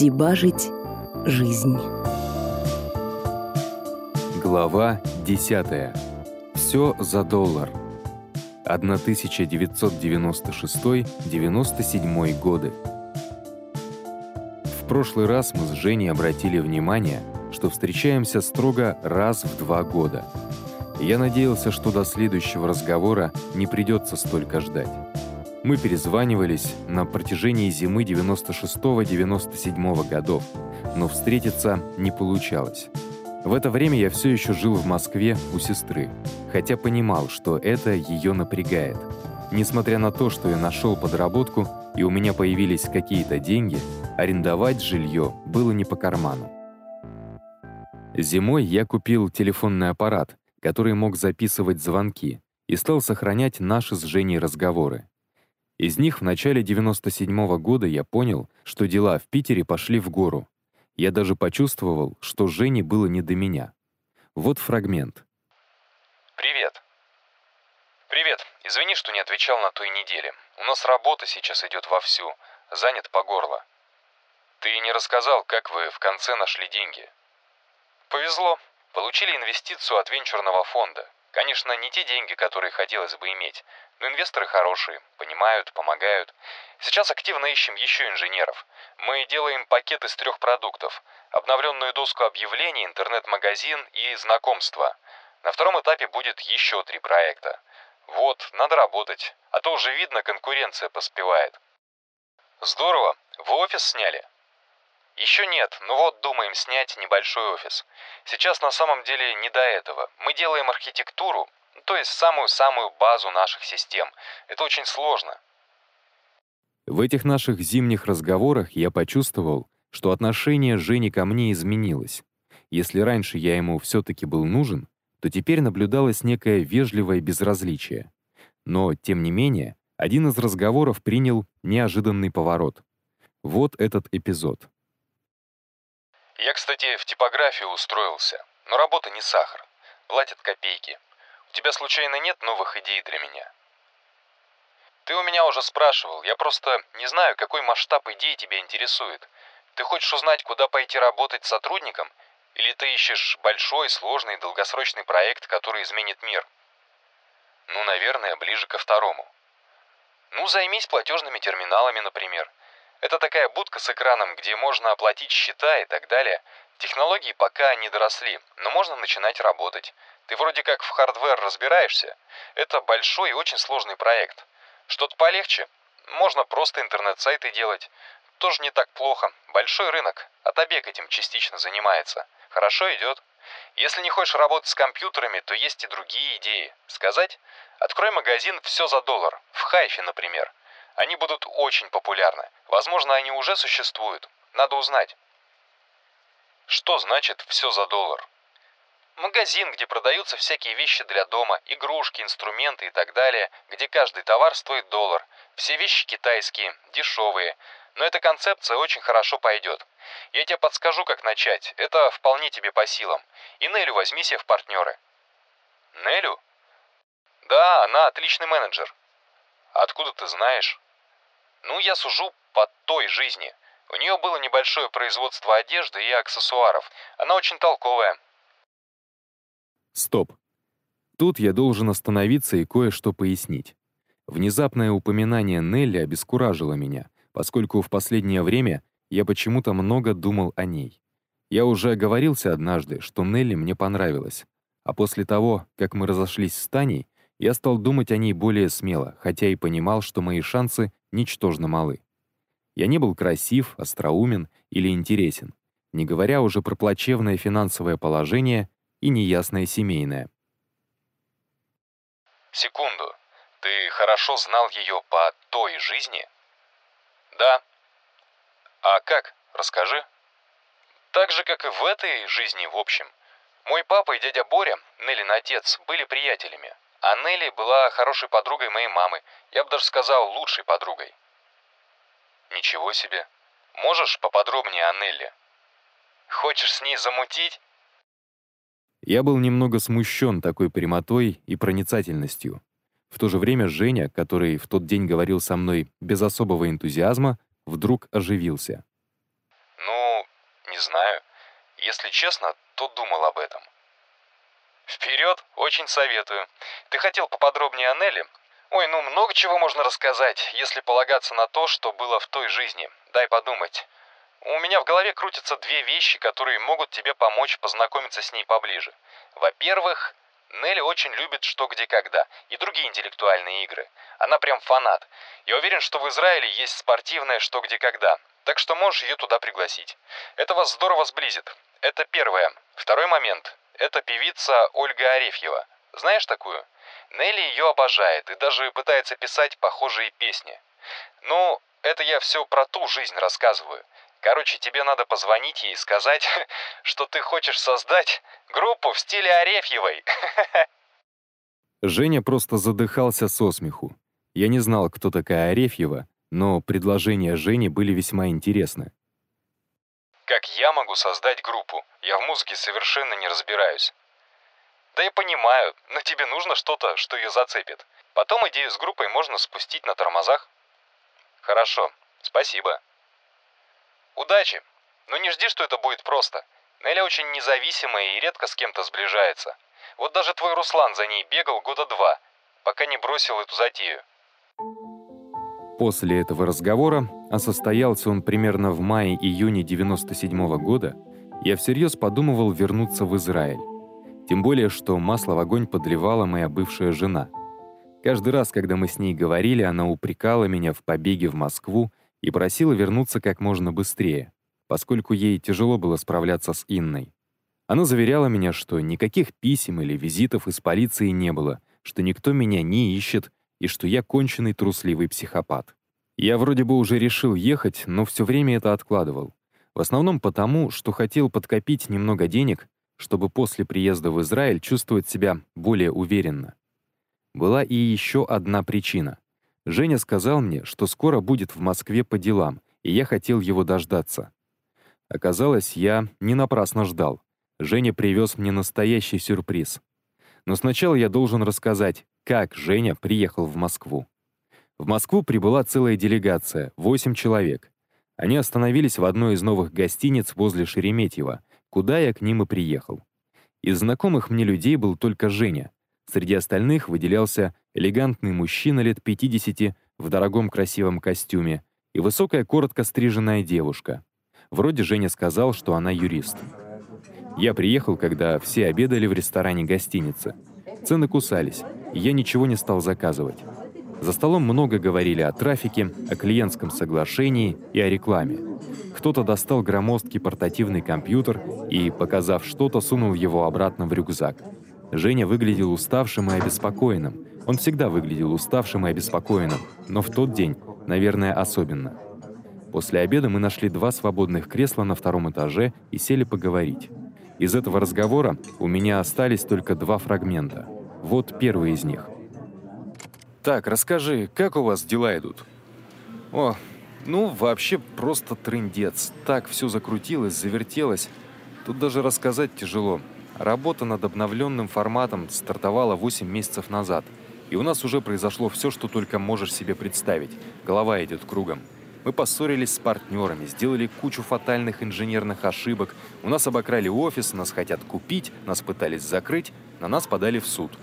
Дебажить жизнь. Глава 10. Все за доллар. 1996-97 годы. В прошлый раз мы с Женей обратили внимание, что встречаемся строго раз в 2 года. Я надеялся, что до следующего разговора не придется столько ждать. Мы перезванивались на протяжении зимы 96-97 годов, но встретиться не получалось. В это время я все еще жил в Москве у сестры, хотя понимал, что это ее напрягает. Несмотря на то, что я нашел подработку и у меня появились какие-то деньги, арендовать жилье было не по карману. Зимой я купил телефонный аппарат, который мог записывать звонки, и стал сохранять наши с Женей разговоры. Из них в начале 97 года я понял, что дела в Питере пошли в гору. Я даже почувствовал, что Жене было не до меня. Вот фрагмент. Привет. Привет. Извини, что не отвечал на той неделе. У нас работа сейчас идет вовсю. Занят по горло. Ты не рассказал, как вы в конце нашли деньги. Повезло. Получили инвестицию от венчурного фонда. Конечно, не те деньги, которые хотелось бы иметь, но инвесторы хорошие, понимают, помогают. Сейчас активно ищем еще инженеров. Мы делаем пакет из 3 продуктов. Обновленную доску объявлений, интернет-магазин и знакомства. На втором этапе будет еще 3 проекта. Вот, надо работать, а то уже видно, конкуренция поспевает. Здорово. Вы офис сняли? Еще нет, но вот думаем снять небольшой офис. Сейчас на самом деле не до этого. Мы делаем архитектуру, то есть самую-самую базу наших систем. Это очень сложно. В этих наших зимних разговорах я почувствовал, что отношение Жени ко мне изменилось. Если раньше я ему все-таки был нужен, то теперь наблюдалось некое вежливое безразличие. Но, тем не менее, один из разговоров принял неожиданный поворот. Вот этот эпизод. Я, кстати, в типографию устроился, но работа не сахар. Платят копейки. У тебя случайно нет новых идей для меня? Ты у меня уже спрашивал, я просто не знаю, какой масштаб идей тебя интересует. Ты хочешь узнать, куда пойти работать сотрудником? Или ты ищешь большой, сложный, долгосрочный проект, который изменит мир? Ну, наверное, ближе ко второму. Ну, займись платежными терминалами, например. Это такая будка с экраном, где можно оплатить счета и так далее. Технологии пока не доросли, но можно начинать работать. Ты вроде как в хардвер разбираешься. Это большой и очень сложный проект. Что-то полегче. Можно просто интернет-сайты делать. Тоже не так плохо. Большой рынок. Отобег этим частично занимается. Хорошо идет. Если не хочешь работать с компьютерами, то есть и другие идеи. Сказать? Открой магазин «Все за доллар». В Хайфе, например. Они будут очень популярны. Возможно, они уже существуют. Надо узнать. Что значит «все за доллар»? Магазин, где продаются всякие вещи для дома, игрушки, инструменты и так далее, где каждый товар стоит $1. Все вещи китайские, дешевые. Но эта концепция очень хорошо пойдет. Я тебе подскажу, как начать. Это вполне тебе по силам. И Нелю возьми себе в партнеры. Нелю? Да, она отличный менеджер. Откуда ты знаешь? Ну, я сужу по той жизни. У нее было небольшое производство одежды и аксессуаров. Она очень толковая. Стоп. Тут я должен остановиться и кое-что пояснить. Внезапное упоминание Нелли обескуражило меня, поскольку в последнее время я почему-то много думал о ней. Я уже оговорился однажды, что Нелли мне понравилась, а после того, как мы разошлись с Таней, я стал думать о ней более смело, хотя и понимал, что мои шансы ничтожно малы. Я не был красив, остроумен или интересен, не говоря уже про плачевное финансовое положение и неясное семейное. Секунду. Ты хорошо знал ее по той жизни? Да. А как? Расскажи. Так же, как и в этой жизни, в общем. Мой папа и дядя Боря, Неллин отец, были приятелями. А Нелли была хорошей подругой моей мамы. Я бы даже сказал, лучшей подругой. Ничего себе. Можешь поподробнее о Нелли? Хочешь с ней замутить? Я был немного смущен такой прямотой и проницательностью. В то же время Женя, который в тот день говорил со мной без особого энтузиазма, вдруг оживился. Ну, Не знаю. Если честно, то думал об этом. Вперед, очень советую. Ты хотел поподробнее о Нелли? Ой, ну много чего можно рассказать, если полагаться на то, что было в той жизни. Дай подумать. У меня в голове крутятся две вещи, которые могут тебе помочь познакомиться с ней поближе. Во-первых, Нелли очень любит «Что, где, когда» и другие интеллектуальные игры. Она прям фанат. Я уверен, что в Израиле есть спортивное «Что, где, когда». Так что можешь ее туда пригласить. Это вас здорово сблизит. Это первое. Второй момент. Это певица Ольга Арефьева. Знаешь такую? Нелли ее обожает и даже пытается писать похожие песни. Ну, это я все про ту жизнь рассказываю. Короче, тебе надо позвонить ей и сказать, что ты хочешь создать группу в стиле Арефьевой. Женя просто задыхался со смеху. Я не знал, кто такая Арефьева, но предложения Жени были весьма интересны. Как я могу создать группу? Я в музыке совершенно не разбираюсь. Да я понимаю, но тебе нужно что-то, что ее зацепит. Потом идею с группой можно спустить на тормозах. Хорошо, спасибо. Удачи. Но не жди, что это будет просто. Неля очень независимая и редко с кем-то сближается. Вот даже твой Руслан за ней бегал года 2, пока не бросил эту затею. После этого разговора, а состоялся он примерно в мае-июне 97-го года, я всерьез подумывал вернуться в Израиль. Тем более, что масло в огонь подливала моя бывшая жена. Каждый раз, когда мы с ней говорили, она упрекала меня в побеге в Москву и просила вернуться как можно быстрее, поскольку ей тяжело было справляться с Инной. Она заверяла меня, что никаких писем или визитов из полиции не было, что никто меня не ищет и что я конченый трусливый психопат. Я вроде бы уже решил ехать, но все время это откладывал. В основном потому, что хотел подкопить немного денег, чтобы после приезда в Израиль чувствовать себя более уверенно. Была и еще одна причина. Женя сказал мне, что скоро будет в Москве по делам, и я хотел его дождаться. Оказалось, я не напрасно ждал. Женя привез мне настоящий сюрприз. Но сначала я должен рассказать, как Женя приехал в Москву. В Москву прибыла целая делегация, 8 человек. Они остановились в одной из новых гостиниц возле Шереметьево, куда я к ним и приехал. Из знакомых мне людей был только Женя. Среди остальных выделялся элегантный мужчина лет 50 в дорогом красивом костюме и высокая коротко стриженная девушка. Вроде Женя сказал, что она юрист. Я приехал, когда все обедали в ресторане гостиницы. Цены кусались, и я ничего не стал заказывать. За столом много говорили о трафике, о клиентском соглашении и о рекламе. Кто-то достал громоздкий портативный компьютер и, показав что-то, сунул его обратно в рюкзак. Женя выглядел уставшим и обеспокоенным. Он всегда выглядел уставшим и обеспокоенным, но в тот день, наверное, особенно. После обеда мы нашли 2 свободных кресла на 2-м этаже и сели поговорить. Из этого разговора у меня остались только 2 фрагмента. Вот первый из них. «Так, расскажи, как у вас дела идут?» «О, ну вообще просто трындец. Так все закрутилось, завертелось. Тут даже рассказать тяжело. Работа над обновленным форматом стартовала 8 месяцев назад. И у нас уже произошло все, что только можешь себе представить. Голова идет кругом. Мы поссорились с партнерами, сделали кучу фатальных инженерных ошибок. У нас обокрали офис, нас хотят купить, нас пытались закрыть, на нас подали в суд».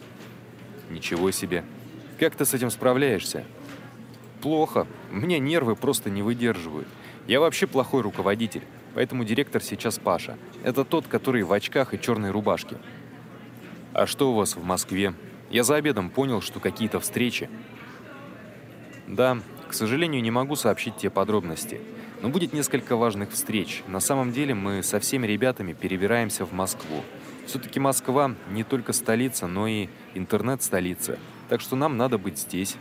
«Ничего себе. Как ты с этим справляешься?» «Плохо. Мне нервы просто не выдерживают. Я вообще плохой руководитель, поэтому директор сейчас Паша. Это тот, который в очках и черной рубашке». «А что у вас в Москве? Я за обедом понял, что какие-то встречи». «Да, к сожалению, не могу сообщить тебе подробности. Но будет несколько важных встреч. На самом деле мы со всеми ребятами перебираемся в Москву. Все-таки Москва не только столица, но и интернет-столица. Так что нам надо быть здесь».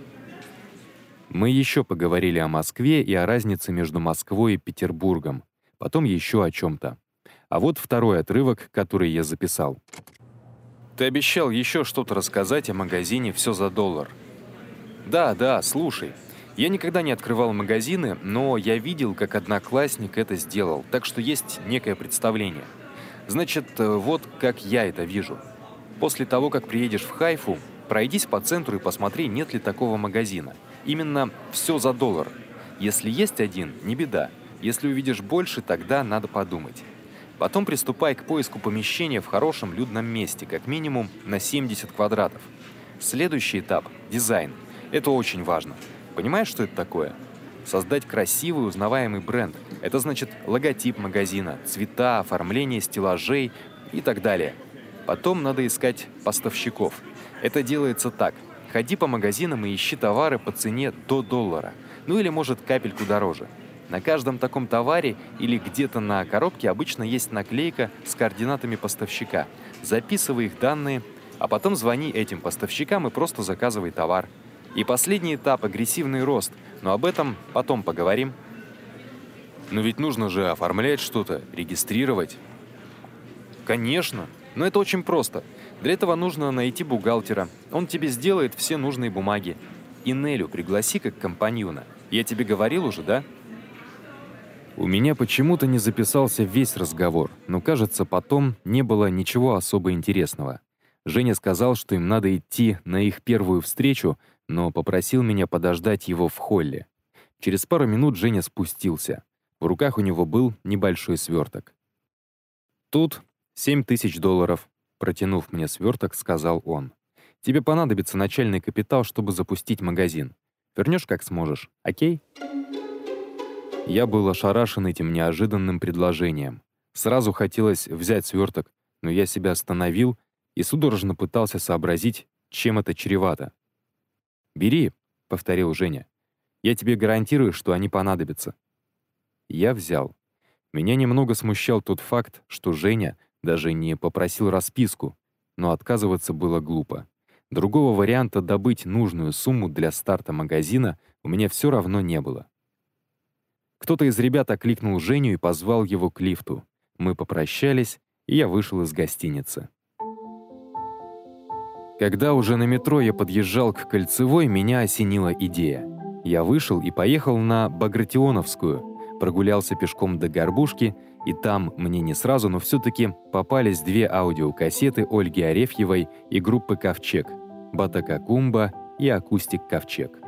Мы еще поговорили о Москве и о разнице между Москвой и Петербургом. Потом еще о чем-то. А вот второй отрывок, который я записал. «Ты обещал еще что-то рассказать о магазине «Все за $1». Да, слушай. Я никогда не открывал магазины, но я видел, как одноклассник это сделал, так что есть некое представление. Значит, вот как я это вижу. После того, как приедешь в Хайфу, пройдись по центру и посмотри, нет ли такого магазина. Именно «Все за $1». Если есть один, не беда. Если увидишь больше, тогда надо подумать. Потом приступай к поиску помещения в хорошем людном месте, как минимум на 70 квадратов. Следующий этап – дизайн. Это очень важно. Понимаешь, что это такое? Создать красивый узнаваемый бренд. Это значит логотип магазина, цвета, оформление стеллажей и так далее. Потом надо искать поставщиков. Это делается так. Ходи по магазинам и ищи товары по цене до $1. Ну или, может, капельку дороже. На каждом таком товаре или где-то на коробке обычно есть наклейка с координатами поставщика. Записывай их данные, а потом звони этим поставщикам и просто заказывай товар. И последний этап – агрессивный рост, но об этом потом поговорим. Но ведь нужно же оформлять что-то, регистрировать. Конечно, но это очень просто. Для этого нужно найти бухгалтера. Он тебе сделает все нужные бумаги. И Нелю пригласи как компаньона. Я тебе говорил уже, да? У меня почему-то не записался весь разговор, но, кажется, потом не было ничего особо интересного. Женя сказал, что им надо идти на их первую встречу, но попросил меня подождать его в холле. Через пару минут Женя спустился. В руках у него был небольшой сверток. «Тут $7000, протянув мне сверток, сказал он. «Тебе понадобится начальный капитал, чтобы запустить магазин. Вернешь, как сможешь, окей?» Я был ошарашен этим неожиданным предложением. Сразу хотелось взять сверток, но я себя остановил и судорожно пытался сообразить, чем это чревато. «Бери», — повторил Женя. «Я тебе гарантирую, что они понадобятся». Я взял. Меня немного смущал тот факт, что Женя даже не попросил расписку, но отказываться было глупо. Другого варианта добыть нужную сумму для старта магазина у меня все равно не было. Кто-то из ребят окликнул Женю и позвал его к лифту. Мы попрощались, и я вышел из гостиницы. Когда уже на метро я подъезжал к Кольцевой, меня осенила идея. Я вышел и поехал на Багратионовскую, прогулялся пешком до Горбушки, и там мне не сразу, но все-таки попались 2 аудиокассеты Ольги Арефьевой и группы «Ковчег» «Батакакумба» и «Акустик Ковчег».